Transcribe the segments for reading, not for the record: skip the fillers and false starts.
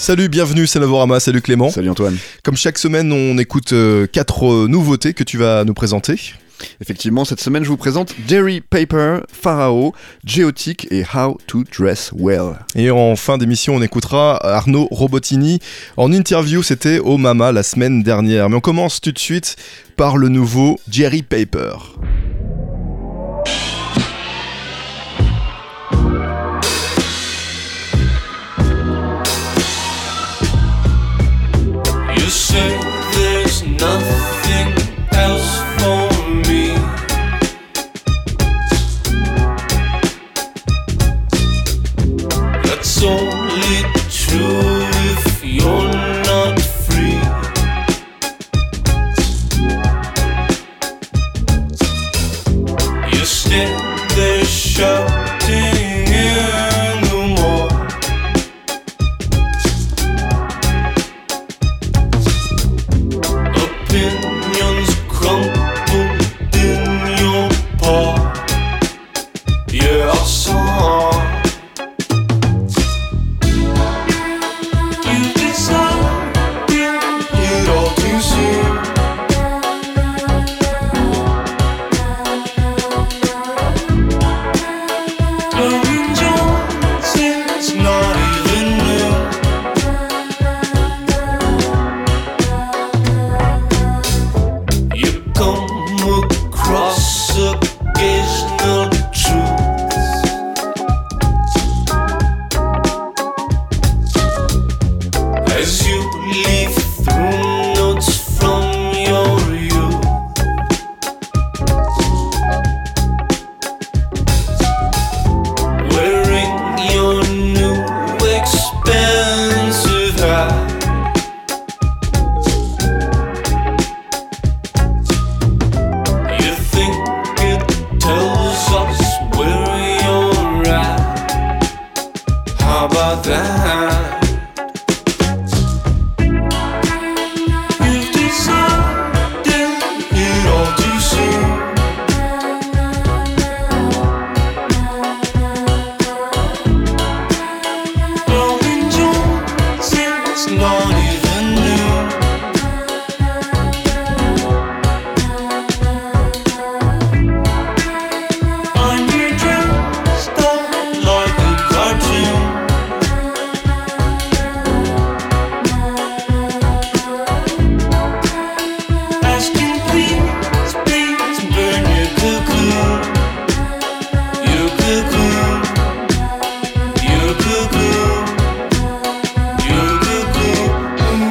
Salut, bienvenue, c'est Novorama, salut Clément. Salut Antoine. Comme chaque semaine, on écoute 4 nouveautés que tu vas nous présenter. Effectivement, cette semaine, je vous présente Jerry Paper, Pharao, Geotic et How to Dress Well. Et en fin d'émission, on écoutera Arnaud Robotini en interview, c'était au Mama la semaine dernière. Mais on commence tout de suite par le nouveau Jerry Paper. You say there's nothing else for me. That's only true if you're not free. You stand there shouting in the mall. Opinions crumbled in your paw. Yeah, I saw. You decided it all too soon. Blowing Johnson's not even new. You come across occasional truths. As you leaf through notes from your youth. Wearing your new expensive hat. You think it tells us where you're at? How about that? You've decided it all too soon. Blowing Johnson's not even new. I'm here dressed up like a cartoon. Asking please, please burn your cocoon. Your cocoon. Your cocoon. Your cocoon.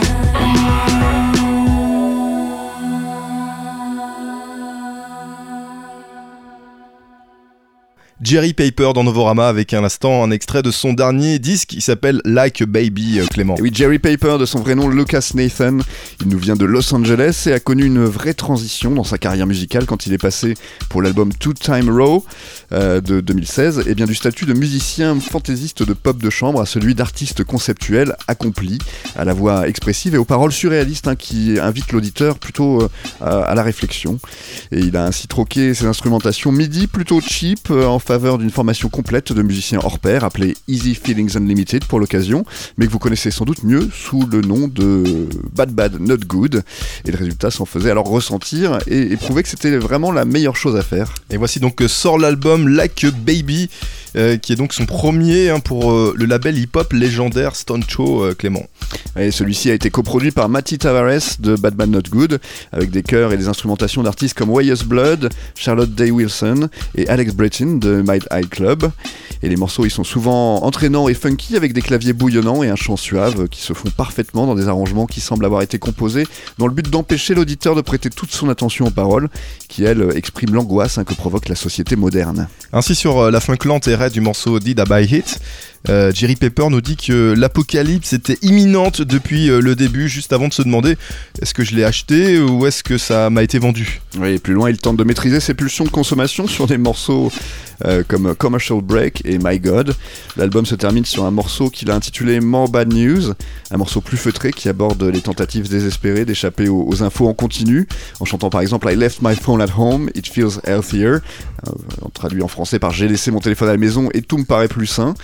Jerry Paper dans Novorama avec un instant un extrait de son dernier disque qui s'appelle Like a Baby, Clément. Et oui, Jerry Paper, de son vrai nom Lucas Nathan, il nous vient de Los Angeles et a connu une vraie transition dans sa carrière musicale quand il est passé pour l'album Two Time Row de 2016, et bien du statut de musicien fantaisiste de pop de chambre à celui d'artiste conceptuel accompli, à la voix expressive et aux paroles surréalistes qui invitent l'auditeur plutôt à la réflexion. Et il a ainsi troqué ses instrumentations MIDI plutôt cheap en faveur d'une formation complète de musiciens hors pair appelée Easy Feelings Unlimited pour l'occasion, mais que vous connaissez sans doute mieux sous le nom de Bad Bad Not Good. Et le résultat s'en faisait alors ressentir et prouver que c'était vraiment la meilleure chose à faire. Et voici donc sort l'album Like a Baby, qui est donc son premier pour le label hip-hop légendaire Stone Show, Clément. Et celui-ci a été coproduit par Matty Tavares de Bad Bad Not Good, avec des chœurs et des instrumentations d'artistes comme Weyes Blood, Charlotte Day Wilson et Alex Breton de Mile High Club. Et les morceaux ils sont souvent entraînants et funky, avec des claviers bouillonnants et un chant suave qui se font parfaitement dans des arrangements qui semblent avoir été composés dans le but d'empêcher l'auditeur de prêter toute son attention aux paroles, qui elles expriment l'angoisse que provoque la société moderne. Ainsi, sur la funk lente et raide du morceau Did I Buy It, Jerry Paper nous dit que l'apocalypse était imminente depuis le début, juste avant de se demander est-ce que je l'ai acheté ou est-ce que ça m'a été vendu. Oui, et plus loin, il tente de maîtriser ses pulsions de consommation sur des morceaux comme Commercial Break et My God. L'album se termine sur un morceau qu'il a intitulé More Bad News, un morceau plus feutré qui aborde les tentatives désespérées d'échapper aux infos en continu, en chantant par exemple I left my phone at home, it feels healthier, traduit en français par j'ai laissé mon téléphone à la maison et tout me paraît plus sain.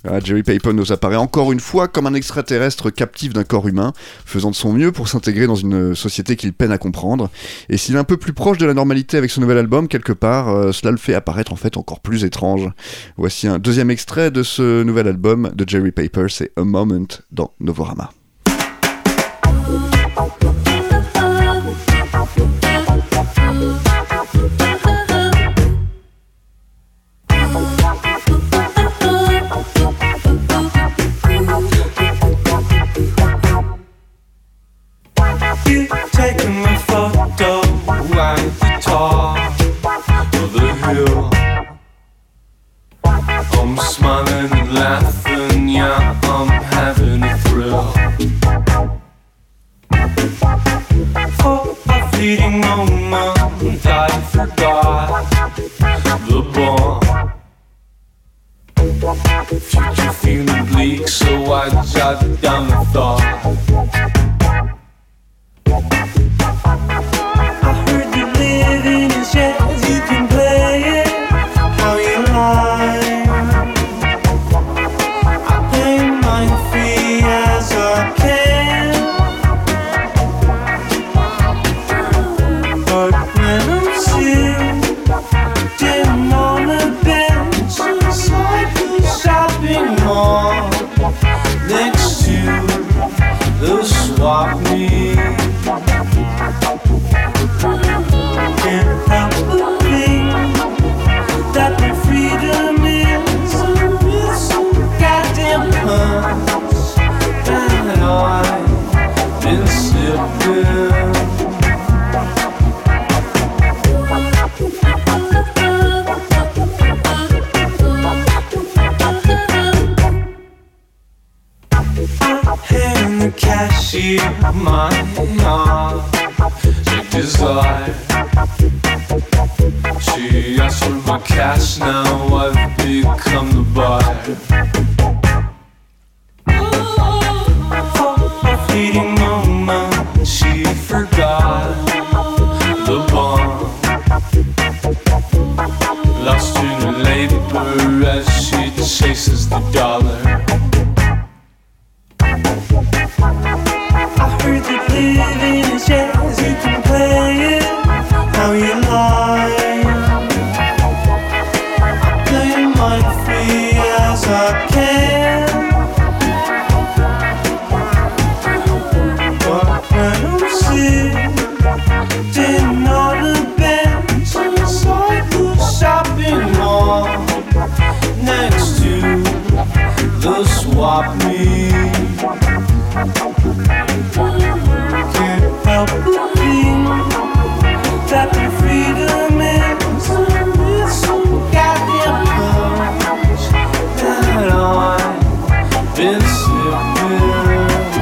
Jerry Paper nous apparaît encore une fois comme un extraterrestre captif d'un corps humain, faisant de son mieux pour s'intégrer dans une société qu'il peine à comprendre. Et s'il est un peu plus proche de la normalité avec ce nouvel album, quelque part, cela le fait apparaître en fait encore plus étrange. Voici un deuxième extrait de ce nouvel album de Jerry Paper, c'est A Moment dans Novorama. Taking my photo at the top of the hill. I'm smiling and laughing, yeah, I'm having a thrill. For a fleeting moment, I forgot the bond. Future feeling bleak, so I jot down a thought. I heard that living is jazz, you can play it how you like. I play mine free as I can. But when I'm sitting on a bench inside the shopping mall next to the swap meet, can't help but think that my freedom is some goddamn punch that I've been sipping. And the cashier, my desire. She asked for my cash, now I've become the buyer. For a fleeting moment, she forgot the bond. Lost in her labor as she chases the dollar. I heard that living is jazz, you can play it how you like. I play mine free as I can. But when I'm sitting on a bench inside the shopping mall next to the swap meet, can't help but think that the freedom is some goddamn punch that I've been sipping.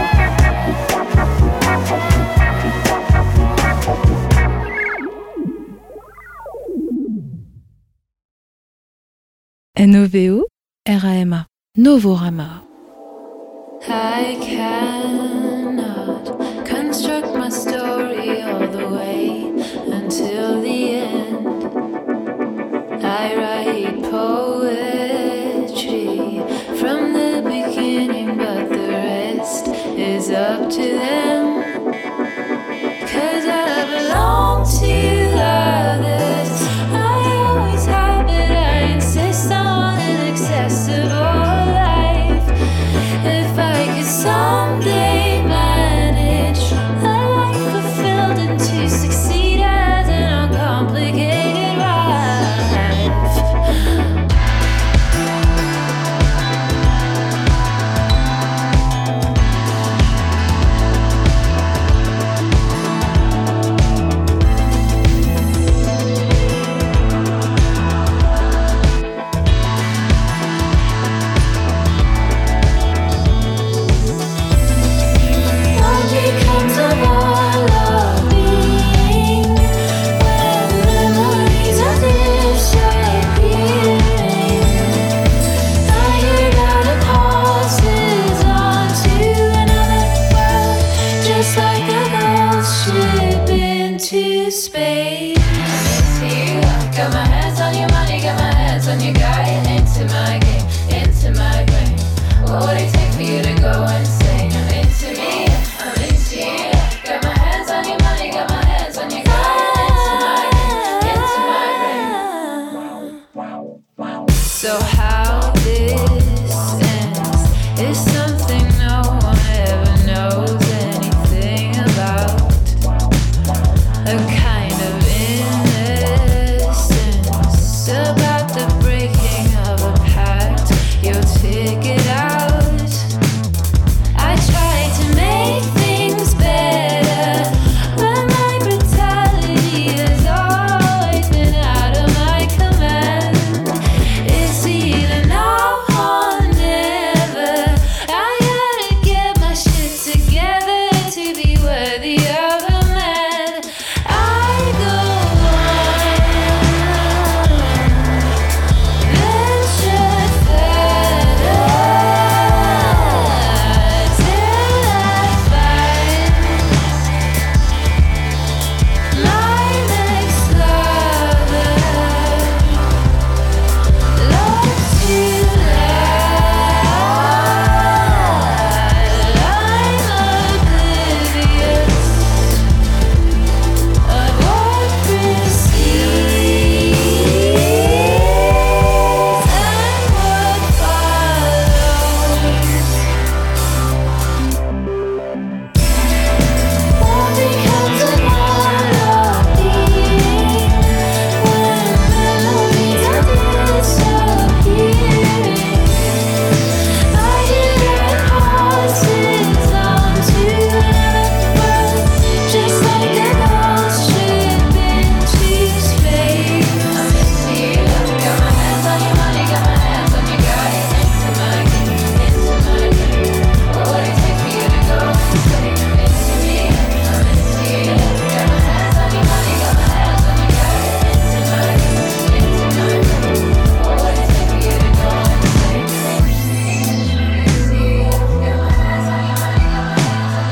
NOVO RAMA Novorama. I cannot construct my story all the way until the end. I write poetry from the beginning, but the rest is up to them. 'Cause I belong to others, I always have it, I insist on an accessible life. If I could someday manage a life fulfilled and to succeed as an uncomplicated wife. What becomes of all of being when memories are disappearing? I heard how the passes on to another world, just like a ghost ship into space. You got my hands on your money, got my hands on your guy, into my game, into my brain. What would it take for you to go and sing? I'm into me, I'm into you. Got my hands on your money, got my hands on your gun. Into my ring. So how this ends is something no one ever knows anything about. A kind of innocence about the breaking of a pact. You'll take it out. I try to make things better, but my brutality has always been out of my command. It's either now or never. I gotta get my shit together to be worthy of a man. I go on, venture further till I find my next lover. Lost to I'm oblivious of what precedes and what follows. One becomes a melody when memories are disappearing. I hear that passes on to another world, just like a ghost trip into space. I'm into you, got my hands on your money, got my hands on your guy. Into my game. What would it take for you to go and say I'm into me? I'm into you, got my hands on your money, got my hands on your guy. Into my game. What would it take for you to go and say I'm into you? Got my hands on your money, got my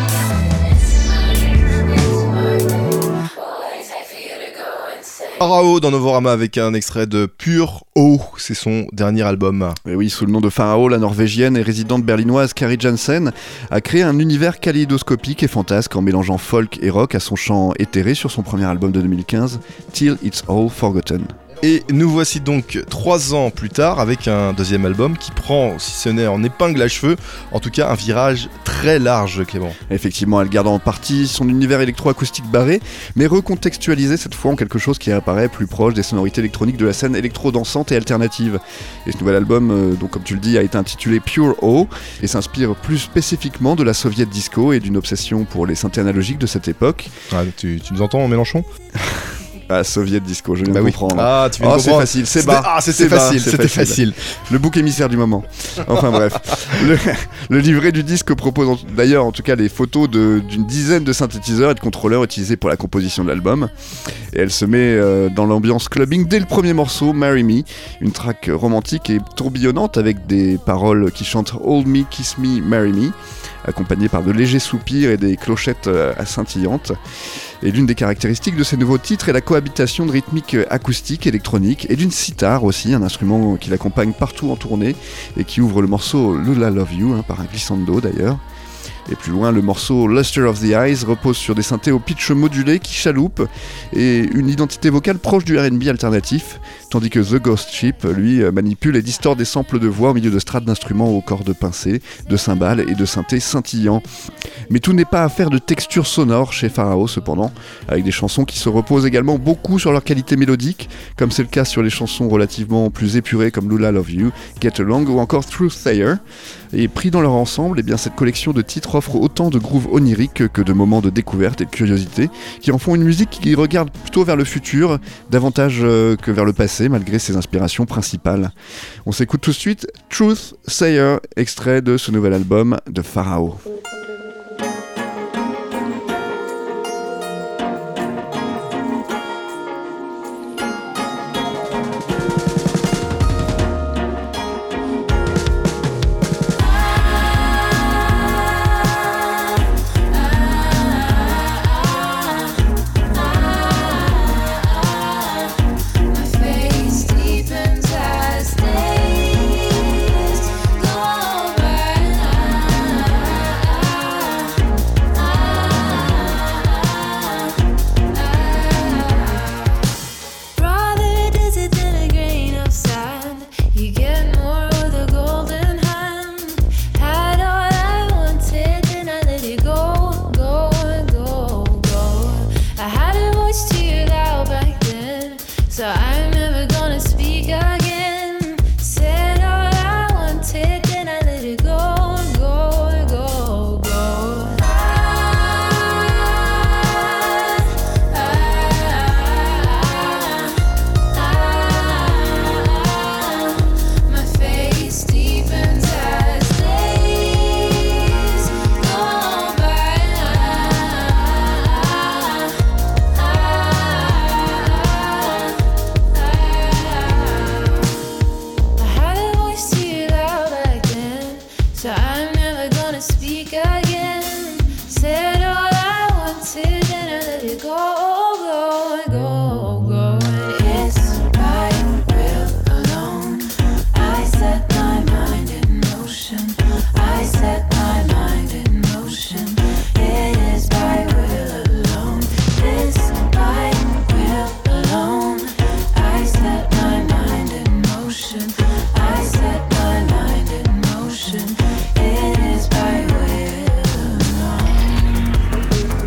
hands on your guy. What would it take for you to go and say? Pharao dans Novorama avec un extrait de Pure O, c'est son dernier album. Et oui, sous le nom de Pharao, la norvégienne et résidente berlinoise Kari Jansen a créé un univers kaléidoscopique et fantasque en mélangeant folk et rock à son chant éthéré sur son premier album de 2015, Till It's All Forgotten. Et nous voici donc 3 ans plus tard avec un deuxième album qui prend, si ce n'est en épingle à cheveux, en tout cas un virage très large, Clément. Effectivement, elle garde en partie son univers électroacoustique barré, mais recontextualisé cette fois en quelque chose qui apparaît plus proche des sonorités électroniques de la scène électro-dansante et alternative. Et ce nouvel album, donc comme tu le dis, a été intitulé Pure O et s'inspire plus spécifiquement de la Soviet disco et d'une obsession pour les synthés analogiques de cette époque. Ah, tu nous entends, Mélenchon? Ah, Soviet disco, je viens de oui. comprendre. Ah, tu viens de c'est comprendre. facile, c'est bas. Ah, C'est c'était bas, facile, c'est c'était facile. Le bouc émissaire du moment. Enfin bref. Le livret du disque propose d'ailleurs en tout cas les photos d'une dizaine de synthétiseurs et de contrôleurs utilisés pour la composition de l'album. Et elle se met dans l'ambiance clubbing dès le premier morceau, Marry Me, une track romantique et tourbillonnante avec des paroles qui chantent Hold Me, Kiss Me, Marry Me, accompagnées par de légers soupirs et des clochettes scintillantes. Et l'une des caractéristiques de ces nouveaux titres est la cohabitation de rythmiques acoustiques, électroniques et d'une sitar aussi, un instrument qui l'accompagne partout en tournée et qui ouvre le morceau Lula Love You, par un glissando d'ailleurs. Et plus loin, le morceau Luster of the Eyes repose sur des synthés au pitch modulé qui chaloupent et une identité vocale proche du R&B alternatif, tandis que The Ghost Ship, lui, manipule et distord des samples de voix au milieu de strates d'instruments aux cordes pincées, de cymbales et de synthés scintillants. Mais tout n'est pas affaire de texture sonore chez Pharao cependant, avec des chansons qui se reposent également beaucoup sur leur qualité mélodique, comme c'est le cas sur les chansons relativement plus épurées comme Lula Love You, Get Along ou encore Truth Sayer. Et pris dans leur ensemble, eh bien, cette collection de titres offre autant de grooves oniriques que de moments de découverte et de curiosité, qui en font une musique qui regarde plutôt vers le futur, davantage que vers le passé, malgré ses inspirations principales. On s'écoute tout de suite Truth Sayer, extrait de ce nouvel album de Pharao. My face deepens as days go by. so I'm never gonna speak again. Said all I wanted, then I let it go, go, go, go. My face deepens as days go by. I had a voice too loud back then, so I'm never gonna speak again. Said all I wanted, then I let it go, go, go, go. And it's my will alone. I set my mind in motion. I set my mind in motion. It is by will alone. It's by will alone. I set my mind in motion. I set my mind in motion. It is by will alone.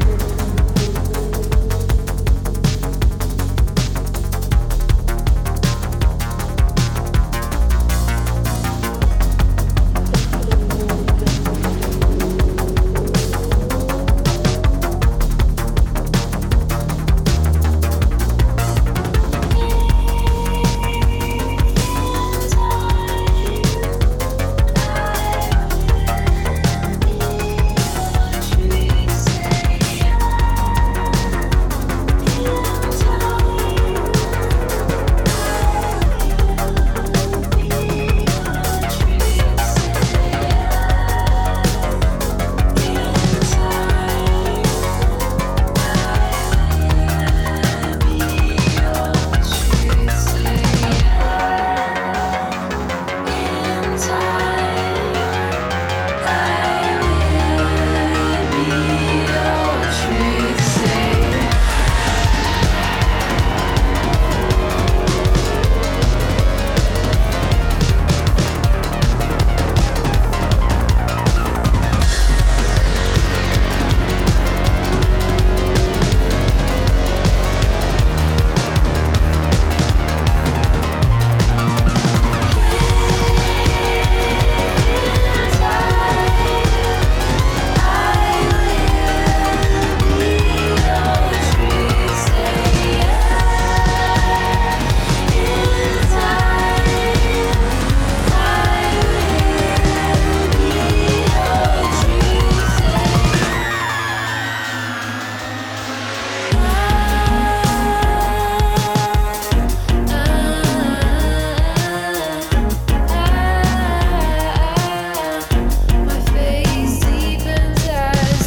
My face deepens as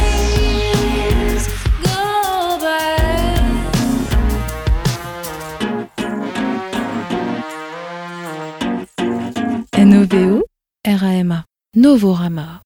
days go by. NOVO, RAMA, Novorama.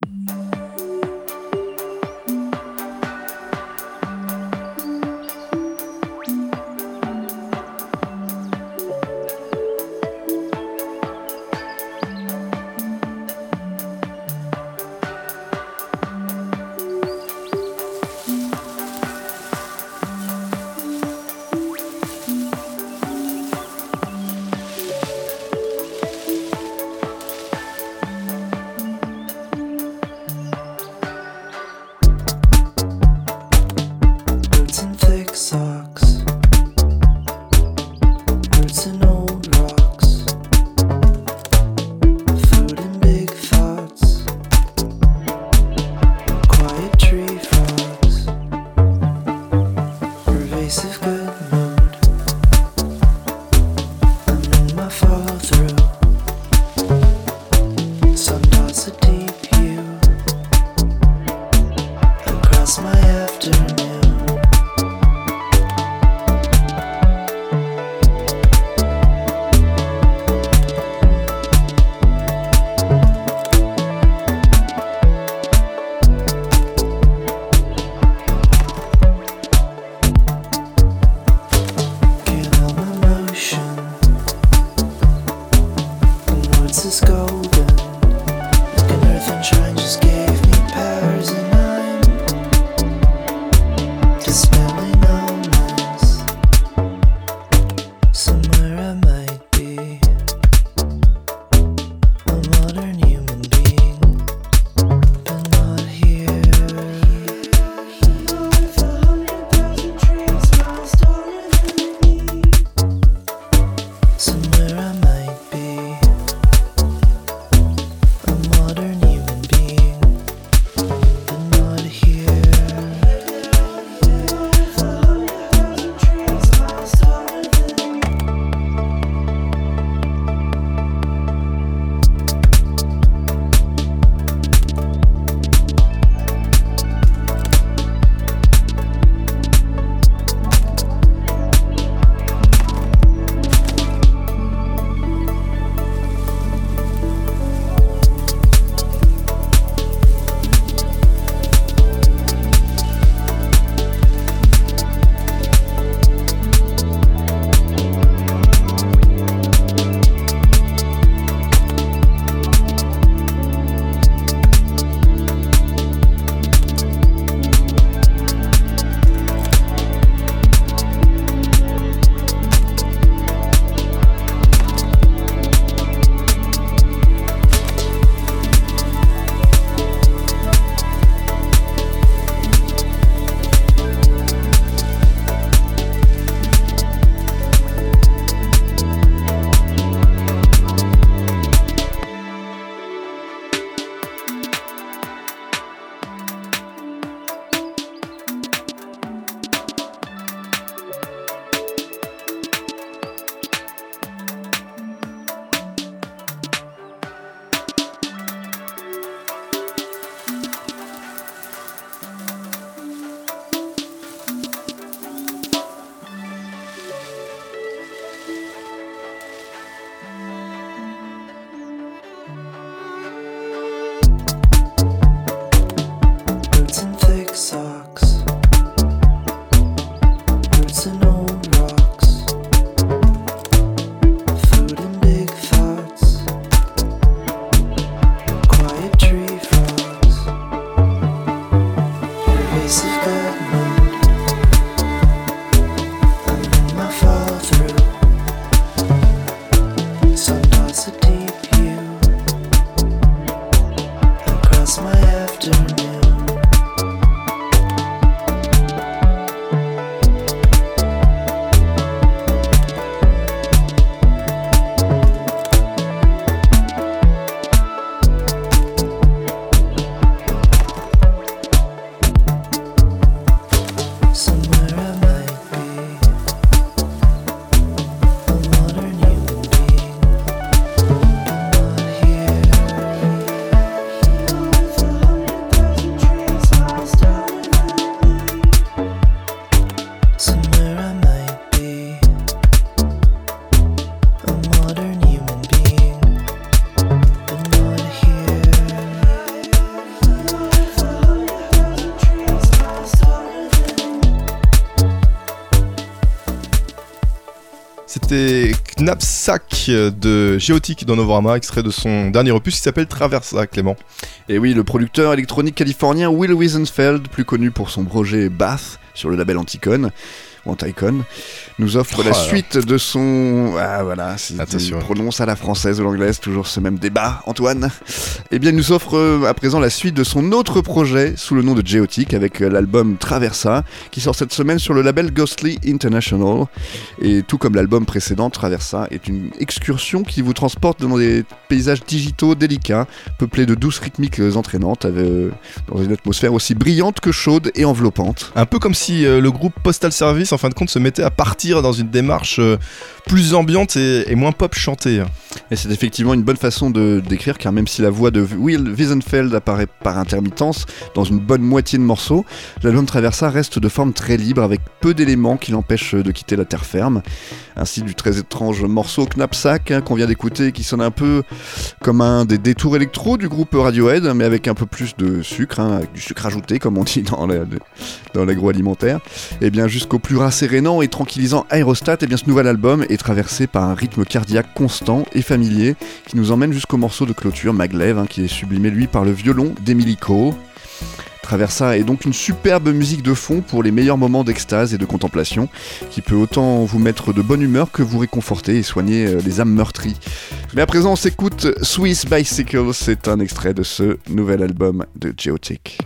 C'était Knapsack de Géotique dans Novorama, extrait de son dernier opus qui s'appelle Traversa, Clément. Et oui, le producteur électronique californien Will Wiesenfeld, plus connu pour son projet Bath sur le label Anticon, nous offre la suite de son... Ah voilà, si tu prononces à la française ou l'anglaise, toujours ce même débat, Antoine. Eh bien, il nous offre à présent la suite de son autre projet sous le nom de Géotique avec l'album Traversa, qui sort cette semaine sur le label Ghostly International. Et tout comme l'album précédent, Traversa est une excursion qui vous transporte dans des paysages digitaux délicats, peuplés de douces rythmiques entraînantes, dans une atmosphère aussi brillante que chaude et enveloppante. Un peu comme si le groupe Postal Service, en fin de compte, se mettait à partir dans une démarche plus ambiante et moins pop chantée. Et c'est effectivement une bonne façon de décrire, car même si la voix de Will Wiesenfeld apparaît par intermittence dans une bonne moitié de morceaux, l'album Traversa reste de forme très libre, avec peu d'éléments qui l'empêchent de quitter la terre ferme. Ainsi du très étrange morceau Knapsack qu'on vient d'écouter, qui sonne un peu comme un des détours électro du groupe Radiohead, mais avec un peu plus de sucre, avec du sucre ajouté comme on dit dans l'agroalimentaire. Et bien jusqu'au plus rassérénant et tranquillisant Aerostat, et bien ce nouvel album est traversé par un rythme cardiaque constant et familier qui nous emmène jusqu'au morceau de clôture Maglev, qui est sublimé lui par le violon d'Emily Cole. Traversa est donc une superbe musique de fond pour les meilleurs moments d'extase et de contemplation, qui peut autant vous mettre de bonne humeur que vous réconforter et soigner les âmes meurtries. Mais à présent on s'écoute Swiss Bicycle, c'est un extrait de ce nouvel album de Géotique.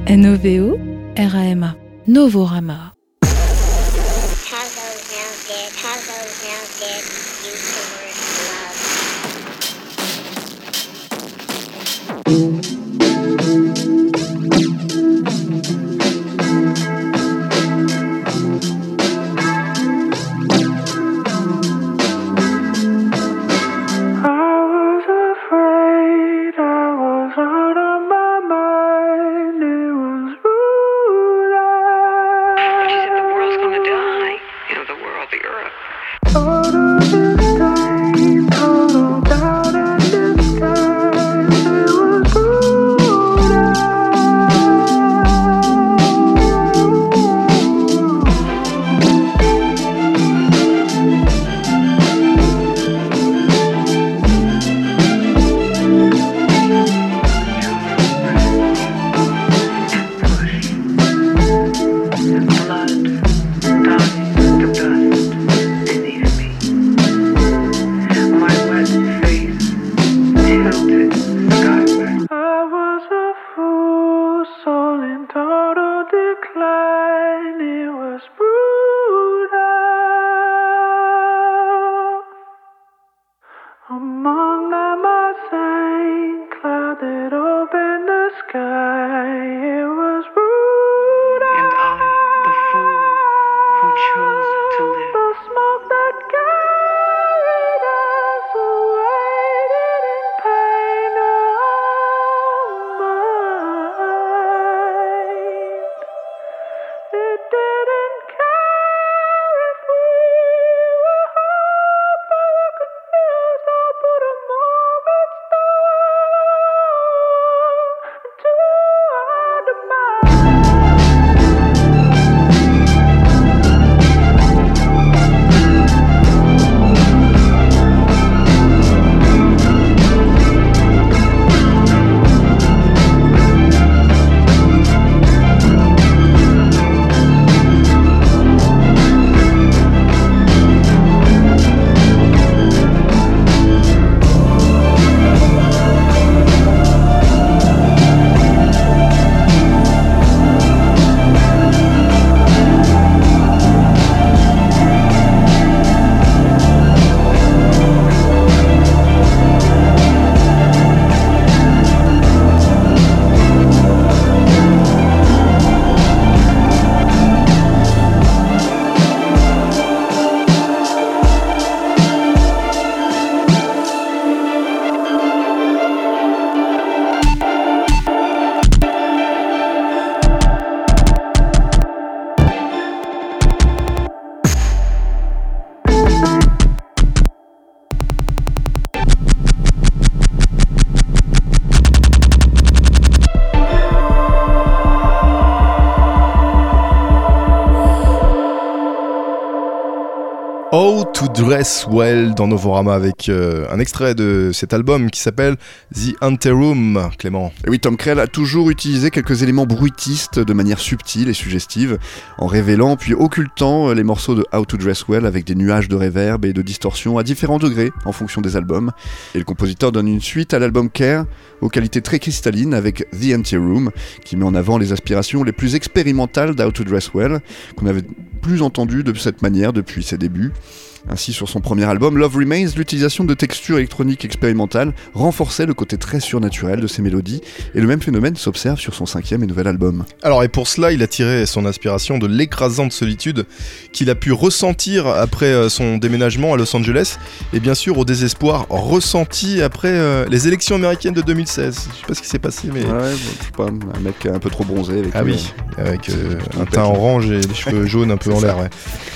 N-O-V-O R-A-M-A. Novorama. Tacos now get used to word love. I was afraid I was out of my mind. It was rude. She said the world's gonna die. You know, the world, the earth. Out of this time, total doubt and disguise. It was rude. I was a fool, soul in total decline. It was brutal. Among them I sang, cloud that opened the sky. It was brutal. And I, the fool who chose to live. The smoke that carried us away didn't pay no mind. It didn't care if we were hopeful or confused or put a moment's thought to our demise. How to Dress Well dans Novorama avec un extrait de cet album qui s'appelle The Anteroom, Clément. Et oui, Tom Krell a toujours utilisé quelques éléments bruitistes de manière subtile et suggestive, en révélant puis occultant les morceaux de How to Dress Well avec des nuages de reverb et de distorsion à différents degrés en fonction des albums. Et le compositeur donne une suite à l'album Care, aux qualités très cristallines avec The Anteroom, qui met en avant les aspirations les plus expérimentales d'How to Dress Well, qu'on avait plus entendu de cette manière depuis ses débuts. Ainsi, sur son premier album, Love Remains, l'utilisation de textures électroniques expérimentales renforçait le côté très surnaturel de ses mélodies, et le même phénomène s'observe sur son 5e et nouvel album. Alors, et pour cela, il a tiré son inspiration de l'écrasante solitude qu'il a pu ressentir après son déménagement à Los Angeles, et bien sûr au désespoir ressenti après les élections américaines de 2016. Je sais pas ce qui s'est passé, mais... Ouais, je sais pas, un mec un peu trop bronzé. Avec avec un teint orange et des cheveux jaunes un peu en l'air, ouais.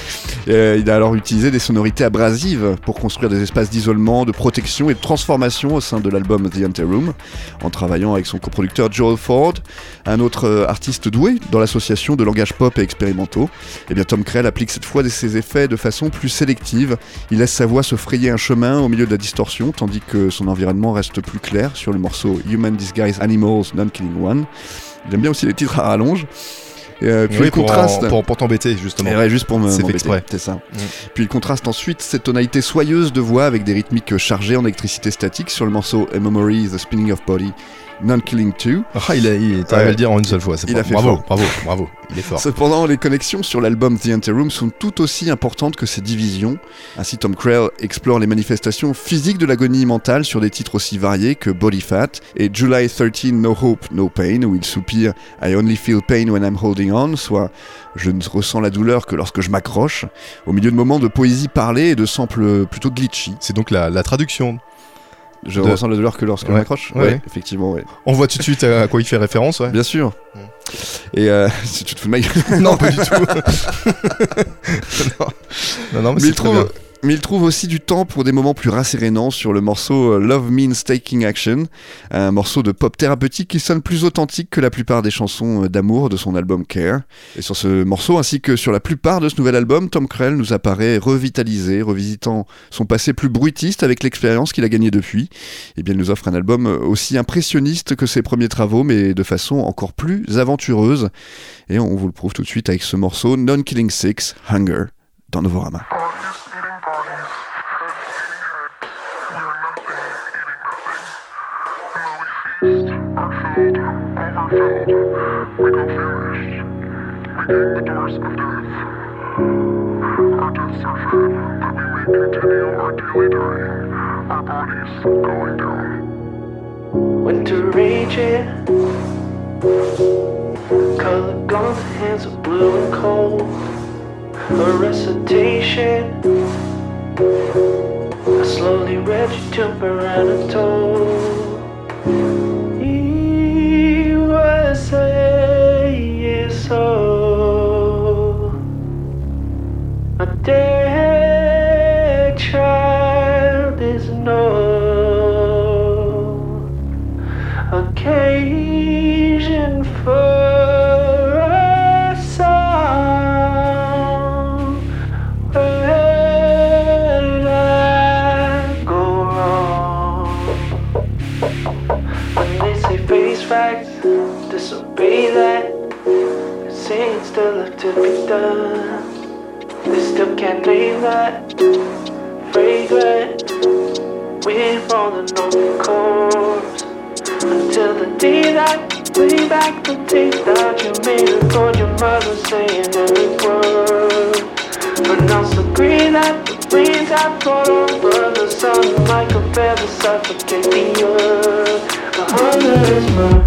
Il a alors utilisé des sonorités abrasives pour construire des espaces d'isolement, de protection et de transformation au sein de l'album The Anteroom, en travaillant avec son coproducteur Joel Ford, un autre artiste doué dans l'association de langages pop et expérimentaux. Et bien Tom Krell applique cette fois ses effets de façon plus sélective. Il laisse sa voix se frayer un chemin au milieu de la distorsion, tandis que son environnement reste plus clair sur le morceau Human Disguised Animals Non Killing One. Il aime bien aussi les titres à rallonge. Et, puis Oui, le contraste. pour t'embêter, justement. Et ouais, juste pour C'est fait m'embêter, exprès. c'est ça. Puis il contraste ensuite cette tonalité soyeuse de voix avec des rythmiques chargées en électricité statique sur le morceau A Memory, The Spinning of Body, Non-Killing 2. Ah, il t'arrive à le dire en une seule fois. C'est Il fort. a fait bravo, fort. bravo. Il est fort. Cependant, les connexions sur l'album The Anteroom sont tout aussi importantes que ces divisions. Ainsi, Tom Krell explore les manifestations physiques de l'agonie mentale sur des titres aussi variés que Body Fat et July 13 No Hope, No Pain, où il soupire I only feel pain when I'm holding on, soit je ne ressens la douleur que lorsque je m'accroche, au milieu de moments de poésie parlée et de samples plutôt glitchy. C'est donc la traduction. Je ressens la douleur que lorsque je m'accroche. Ouais. Effectivement, ouais. On voit tout de suite à quoi il fait référence, ouais. Bien sûr. Et si tu te fous de ma gueule. Non, pas du tout. non, mais c'est très bien. Mais il trouve aussi du temps pour des moments plus rassérénants sur le morceau Love Means Taking Action, un morceau de pop thérapeutique qui sonne plus authentique que la plupart des chansons d'amour de son album Care. Et sur ce morceau, ainsi que sur la plupart de ce nouvel album, Tom Krell nous apparaît revitalisé, revisitant son passé plus bruitiste avec l'expérience qu'il a gagnée depuis. Et bien, il nous offre un album aussi impressionniste que ses premiers travaux, mais de façon encore plus aventureuse. Et on vous le prouve tout de suite avec ce morceau Non-Killing 6, Hunger, dans Novorama. Winter raging, colored guns, hands are blue and cold. A recitation, I slowly read your temper and I told. USA is so a dead child is no occasion for a song. Where did I go wrong? When they say face facts, disobey that. Saying still left to be done. They still can't name that. Fragrant wind falling on the corpse. Until the day that, way back the day that you made it for your mother saying every word. Pronounce the green that the rains have brought over the sun like a feather suffocate the earth. The hunger is mine.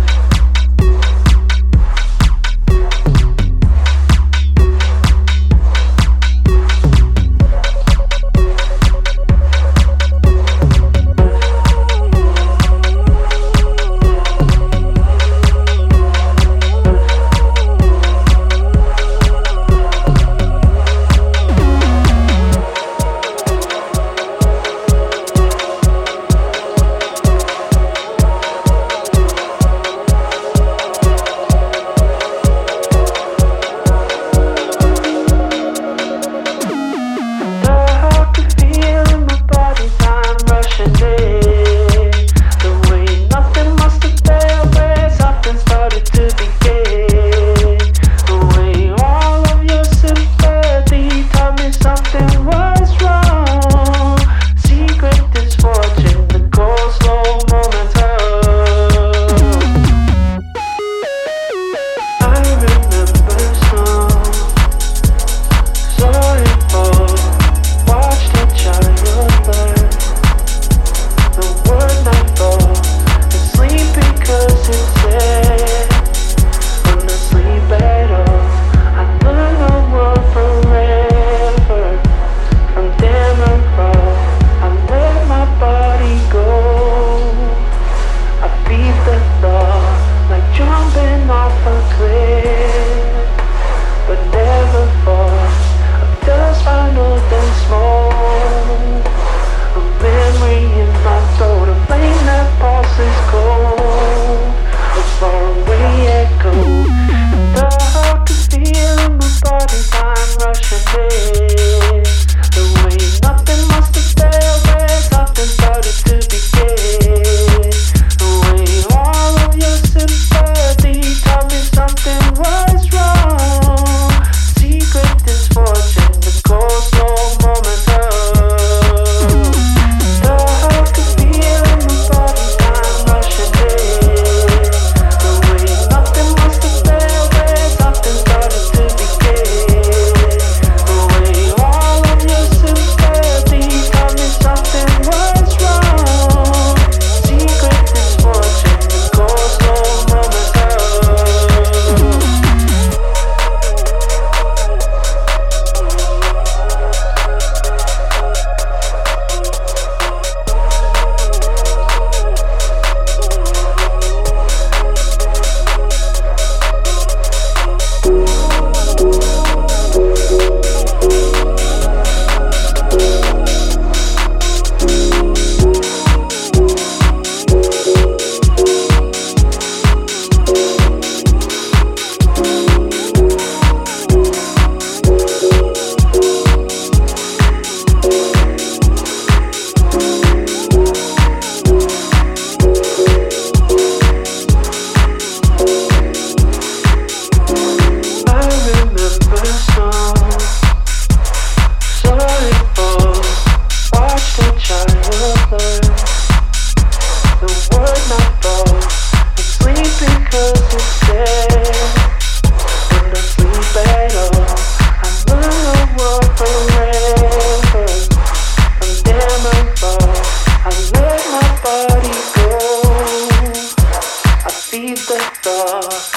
because it's there. When I sleep at all, I learn a word forever. I'm there my fault, I let my body go. I feed the thought.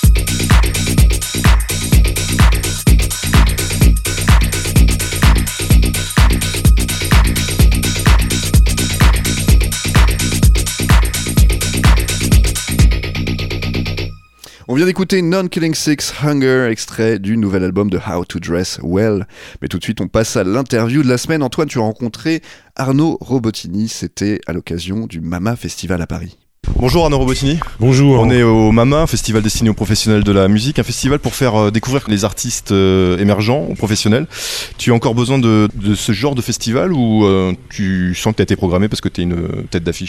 On vient d'écouter Non-Killing Six Hunger, extrait du nouvel album de How to Dress Well. Mais tout de suite, on passe à l'interview de la semaine. Antoine, tu as rencontré Arnaud Robotini. C'était à l'occasion du Mama Festival à Paris. Bonjour Arnaud Robotini. Bonjour. On est au MAMA, festival destiné aux professionnels de la musique, un festival pour faire découvrir les artistes émergents, aux professionnels. Tu as encore besoin de ce genre de festival ou tu sens que tu as été programmé parce que tu es une tête d'affiche ?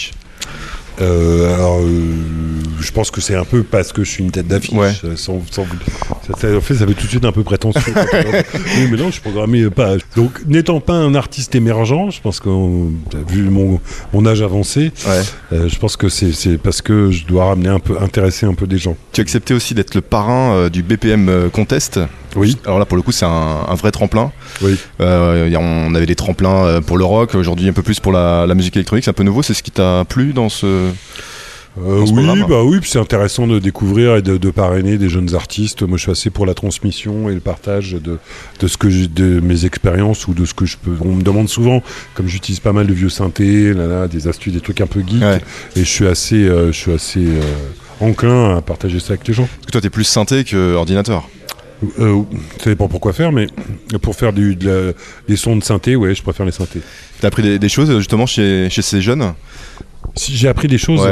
Je pense que c'est un peu parce que je suis une tête d'affiche. Ouais. En fait, ça fait tout de suite un peu prétentieux. Oui, mais non, je programmais pas. Donc, n'étant pas un artiste émergent, je pense que, vu mon âge avancé, je pense que c'est parce que je dois intéresser un peu des gens. Tu as accepté aussi d'être le parrain du BPM Contest. Oui. Alors là, pour le coup, c'est un vrai tremplin. Oui. On avait des tremplins pour le rock, aujourd'hui un peu plus pour la musique électronique. C'est un peu nouveau. C'est ce qui t'a plu dans ce oui, puis c'est intéressant de découvrir et de parrainer des jeunes artistes. Moi, je suis assez pour la transmission et le partage de mes expériences ou de ce que je peux. On me demande souvent, comme j'utilise pas mal de vieux synthés, des astuces, des trucs un peu geeks, et je suis assez enclin à partager ça avec les gens. Parce que toi, t'es plus synthé que ordinateur. Ça dépend pourquoi faire, mais pour faire des sons de synthé, ouais, je préfère les synthés. T'as appris des choses justement chez ces jeunes ? Si j'ai appris des choses,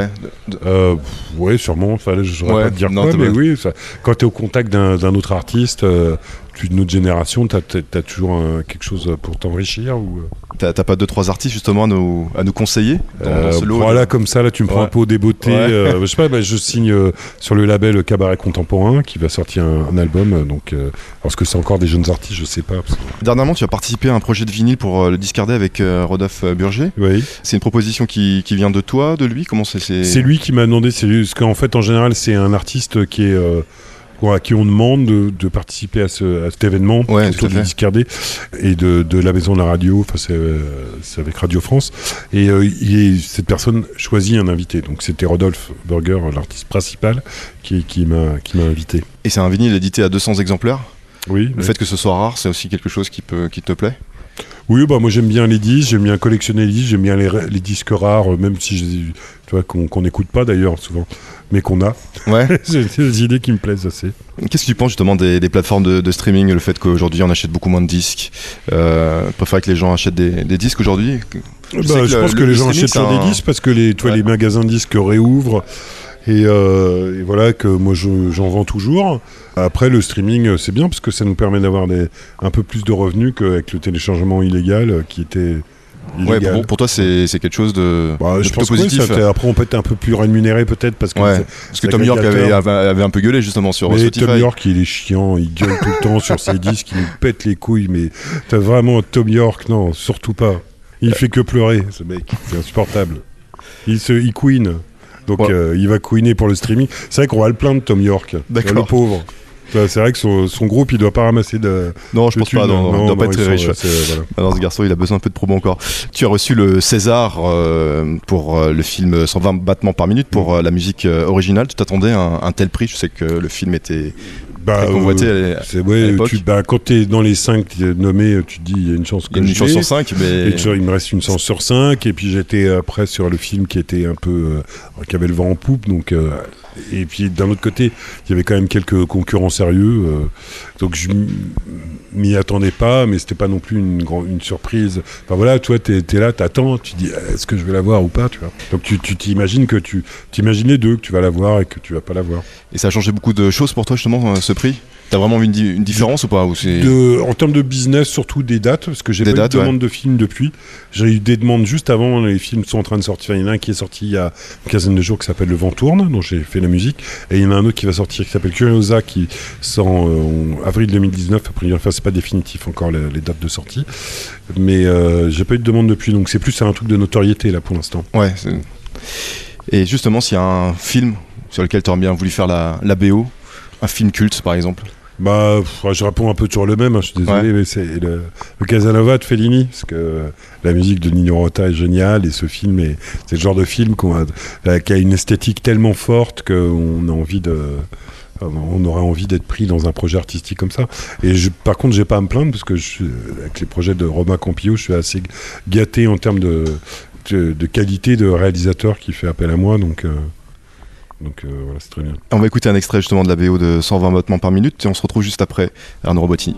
ouais, sûrement. Enfin, je ne saurais pas te dire quoi, mais oui. Quand tu es au contact d'un autre artiste, d'une autre génération, tu as toujours quelque chose pour t'enrichir ou... T'as pas 2-3 artistes justement à nous conseiller dans ce lot Voilà, comme ça, là, tu me prends un peu au débeauté. Je sais pas, je signe sur le label Cabaret Contemporain qui va sortir un album. Donc, parce que c'est encore des jeunes artistes, je sais pas. Dernièrement, tu as participé à un projet de vinyle pour le Discardet avec Rodolphe Burger. Oui. C'est une proposition qui vient de toi, de lui ? Comment c'est C'est lui qui m'a demandé. Parce qu'en fait, en général, c'est un artiste qui est... à qui on demande de participer à cet événement autour du Discardet et de la maison de la radio, c'est avec Radio France, et cette personne choisit un invité, donc c'était Rodolphe Burger, l'artiste principal, qui m'a invité. Et c'est un vinyle édité à 200 exemplaires. Oui. Le fait que ce soit rare, c'est aussi quelque chose qui te plaît ? Oui, moi j'aime bien les disques, j'aime bien collectionner les disques, j'aime bien les disques rares, même si tu vois, qu'on n'écoute pas d'ailleurs souvent, mais qu'on a. Ouais. C'est des idées qui me plaisent assez. Qu'est-ce que tu penses justement des plateformes de streaming, le fait qu'aujourd'hui on achète beaucoup moins de disques, préfère que les gens achètent des disques aujourd'hui ? Je pense que les gens achètent sur des disques parce que les magasins de disques réouvrent. Et voilà, que moi j'en vends toujours. Après, le streaming, c'est bien parce que ça nous permet d'avoir un peu plus de revenus qu'avec le téléchargement illégal qui était illégal. Ouais, pour toi, c'est quelque chose de je pense positif. Que après, on peut être un peu plus rémunéré peut-être parce que Tom York avait un peu gueulé justement sur Spotify. Tom York, il est chiant, il gueule tout le temps sur ses disques, il nous pète les couilles. Mais t'as vraiment Tom York, non, surtout pas. Il fait que pleurer, ce mec, c'est insupportable. Il couine. Donc il va couiner pour le streaming. C'est vrai qu'on va le plaindre, Tom York. D'accord. Le pauvre. C'est vrai que son groupe, il doit pas ramasser de. Non, je pense pas. Il doit pas être très riche. Alors, ce garçon, il a besoin un peu de promo encore. Tu as reçu le César pour le film 120 battements par minute pour la musique originale. Tu t'attendais à un tel prix ? Je sais que le film était très convoité à l'époque. Quand tu es dans les 5 nommés, tu te dis il y a une chance que il y a une chance sur 5, mais il me reste une chance sur 5. Et puis j'étais après sur le film qui était un peu qui avait le vent en poupe, donc. Et puis d'un autre côté, il y avait quand même quelques concurrents sérieux, donc je m'y attendais pas, mais c'était pas non plus une surprise. Enfin voilà, toi t'es là, t'attends, tu dis est-ce que je vais la voir ou pas, tu vois. Donc tu t'imagines que tu t'imagines les deux, que tu vas la voir et que tu vas pas la voir. Et ça a changé beaucoup de choses pour toi justement ce prix ? T'as vraiment vu une différence ou pas ou en termes de business, surtout des dates, parce que j'ai pas eu de demande de films depuis. J'ai eu des demandes juste avant, les films sont en train de sortir. Il y en a un qui est sorti il y a une quinzaine de jours qui s'appelle Le Vent tourne, dont j'ai fait la musique, et il y en a un autre qui va sortir qui s'appelle Curiosa, qui sort en avril 2019. Après, enfin, c'est pas définitif encore les dates de sortie, mais j'ai pas eu de demande depuis, donc c'est plus un truc de notoriété là pour l'instant. Ouais. Et justement, s'il y a un film sur lequel tu aurais bien voulu faire la BO? Un film culte par exemple? Bah, je réponds un peu toujours le même, hein, je suis désolé, mais c'est le Casanova de Fellini, parce que la musique de Nino Rota est géniale, et ce film, c'est le genre de film qui a une esthétique tellement forte qu'on a envie on aurait envie d'être pris dans un projet artistique comme ça. Et par contre, j'ai pas à me plaindre, parce que avec les projets de Romain Campillo, je suis assez gâté en termes de qualité de réalisateur qui fait appel à moi, donc voilà, c'est très bien. On va écouter un extrait justement de la BO de 120 battements par minute et on se retrouve juste après Arnaud Robotini.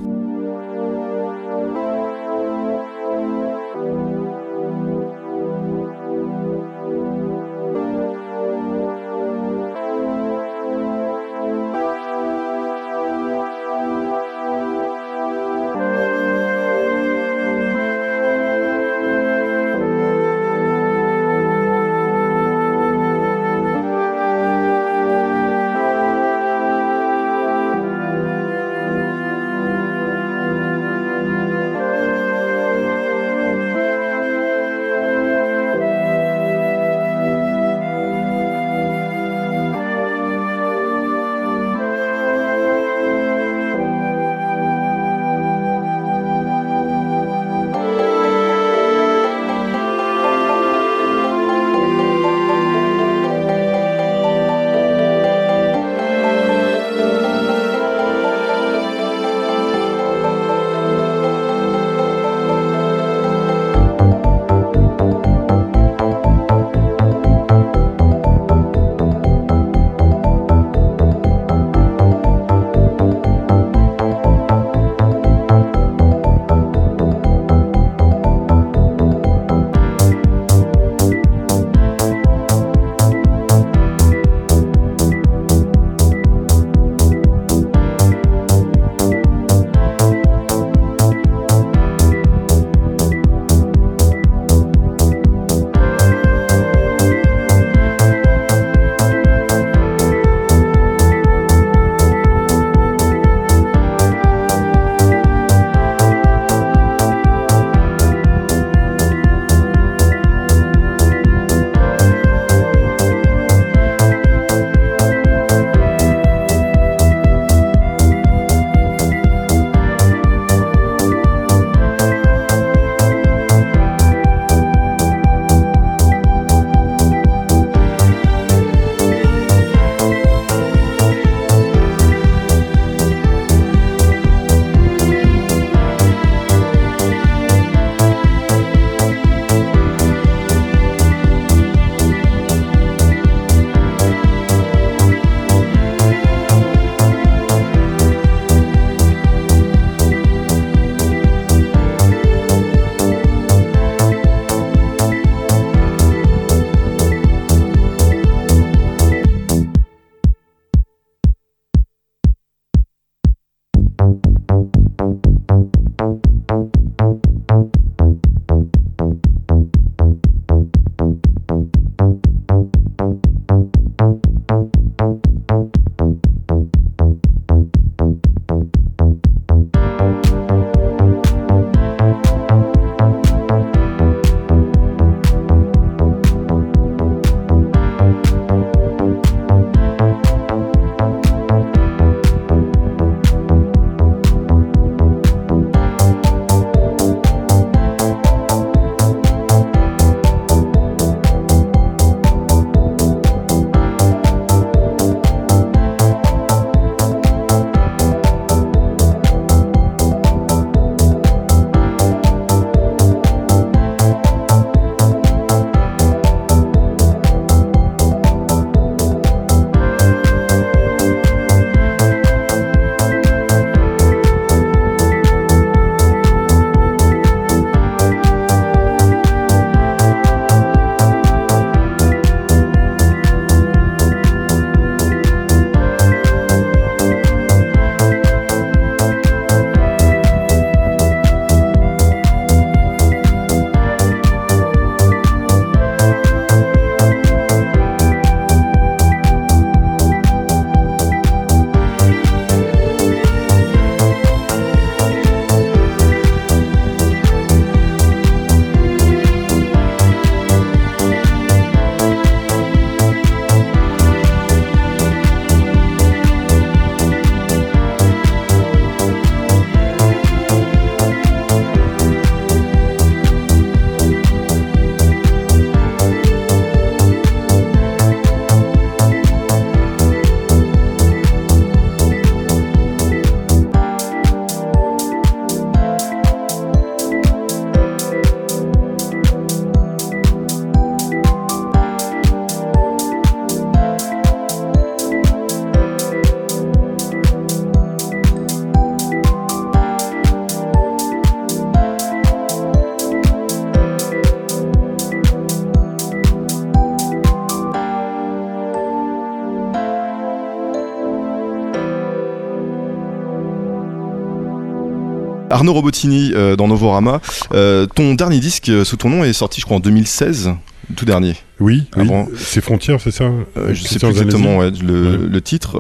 Arnaud Robotini dans Novorama. Ton dernier disque sous ton nom est sorti, je crois, en 2016. Tout dernier. Oui, Avant. C'est Frontières, c'est ça Je sais plus exactement le titre.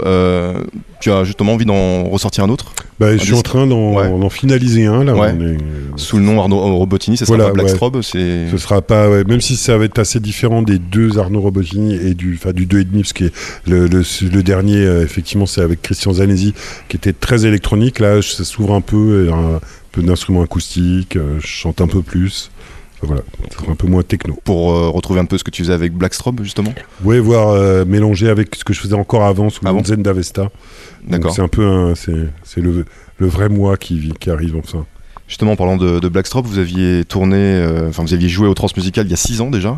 Tu as justement envie d'en ressortir un autre? Je suis en train d'en finaliser un là. Ouais. Sous le nom Arnaud Robotini, ça sera pas Blackstrobe, Ce sera pas, même si ça va être assez différent des deux Arnaud Robotini et du 2,5, parce que le dernier, effectivement, c'est avec Christian Zanesi, qui était très électronique. Là, ça s'ouvre un peu d'instruments acoustiques, je chante un peu plus. Voilà, un peu moins techno. Pour retrouver un peu ce que tu faisais avec Blackstrobe, justement. Oui, voire mélanger avec ce que je faisais encore avant sous le Zen d'Avesta. D'accord. Donc, c'est un peu c'est le vrai moi qui arrive enfin. Justement, en parlant de Blackstrobe, vous aviez tourné, vous aviez joué au Transmusical il y a 6 ans déjà.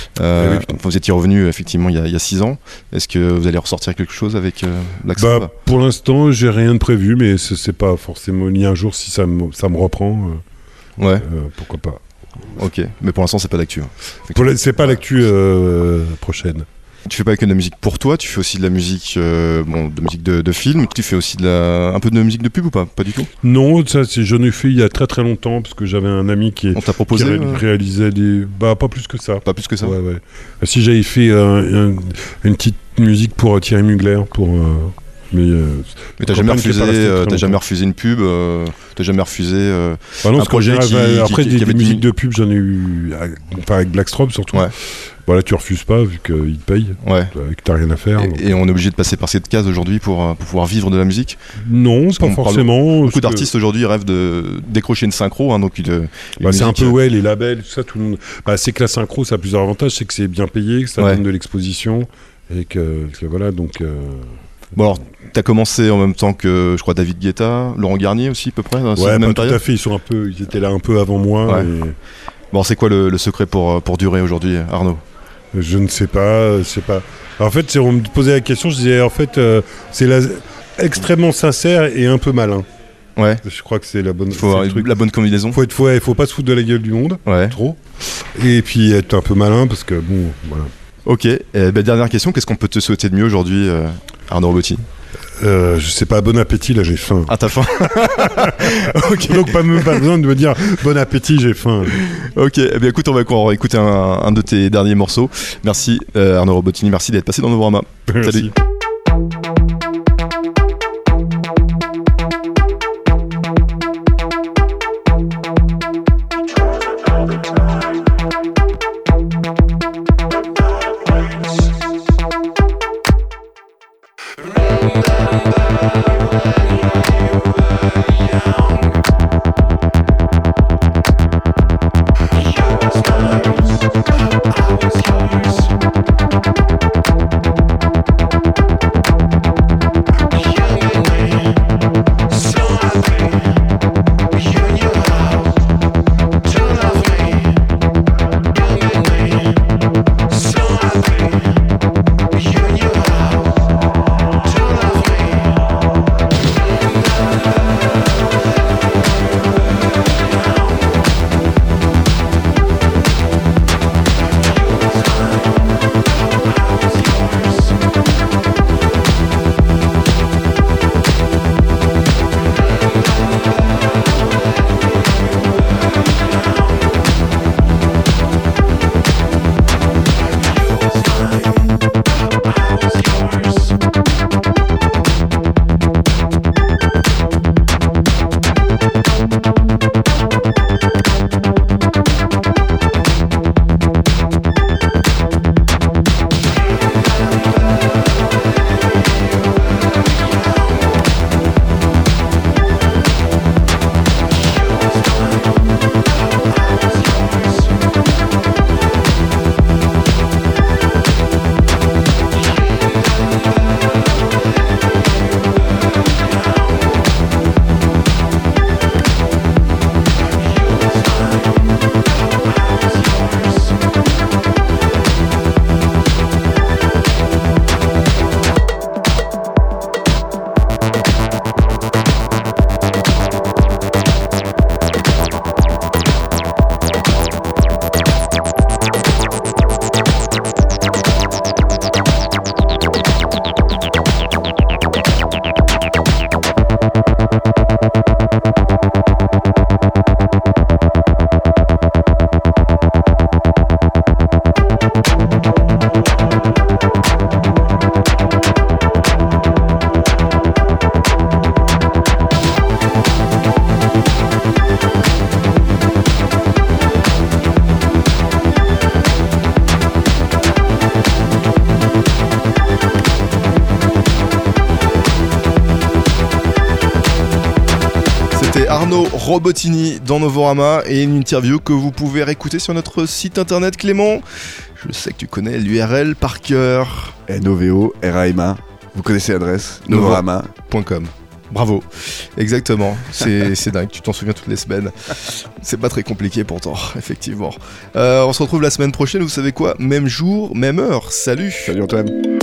Vous étiez revenu effectivement il y a 6 ans. Est-ce que vous allez ressortir quelque chose avec Blackstrobe? Pour l'instant, j'ai rien de prévu, mais c'est pas forcément ni un jour si ça me reprend. Pourquoi pas. Ok, mais pour l'instant c'est pas d'actu. C'est pas l'actu prochaine. Tu fais pas que de la musique pour toi, tu fais aussi de la musique, de musique de film. Tu fais aussi un peu de musique de pub ou pas? Pas du tout. Non, ça j'en ai fait il y a très très longtemps parce que j'avais un ami qui réalisait des, pas plus que ça. Pas plus que ça. Ouais. Si j'avais fait une petite musique pour Thierry Mugler mais t'as jamais refusé une pub, t'as jamais refusé non, un projet après des musiques de pub, j'en ai eu avec Blackstrobe surtout. Ouais. Voilà, tu refuses pas vu qu'ils te payent, et que t'as rien à faire. Et on est obligé de passer par cette case aujourd'hui pour pouvoir vivre de la musique? Non, pas forcément. Beaucoup d'artistes aujourd'hui rêvent de décrocher une synchro, donc c'est un peu les labels, tout ça, tout le monde. C'est que la synchro, ça a plusieurs avantages, c'est que c'est bien payé, que ça donne de l'exposition et que voilà donc. Bon alors, t'as commencé en même temps que, je crois, David Guetta, Laurent Garnier aussi, à peu près. Tout à fait. Ils étaient là un peu avant moi. Bon, c'est quoi le secret pour durer aujourd'hui, Arnaud? Je ne sais pas. En fait, on me posait la question, je disais, en fait, c'est extrêmement sincère et un peu malin. Ouais. Je crois que c'est la bonne. La bonne combinaison. Faut pas se foutre de la gueule du monde. Trop. Et puis être un peu malin parce que voilà. Ok. Dernière question, qu'est-ce qu'on peut te souhaiter de mieux aujourd'hui, Arnaud Robotini? Je sais pas, bon appétit, là j'ai faim. Ah, t'as faim? Okay. Donc pas besoin de me dire bon appétit, j'ai faim. Ok, écoute, on va écouter un de tes derniers morceaux. Merci Arnaud Robotini, merci d'être passé dans Novorama. Salut. C'était Arnaud Robotini dans Novorama et une interview que vous pouvez réécouter sur notre site internet. Clément, je sais que tu connais l'URL par cœur. NOVO-RAMA. Vous connaissez l'adresse novorama.com. Bravo, exactement, c'est dingue, tu t'en souviens toutes les semaines. C'est pas très compliqué pourtant, effectivement. On se retrouve la semaine prochaine, vous savez quoi, même jour, même heure, salut. Salut Antoine.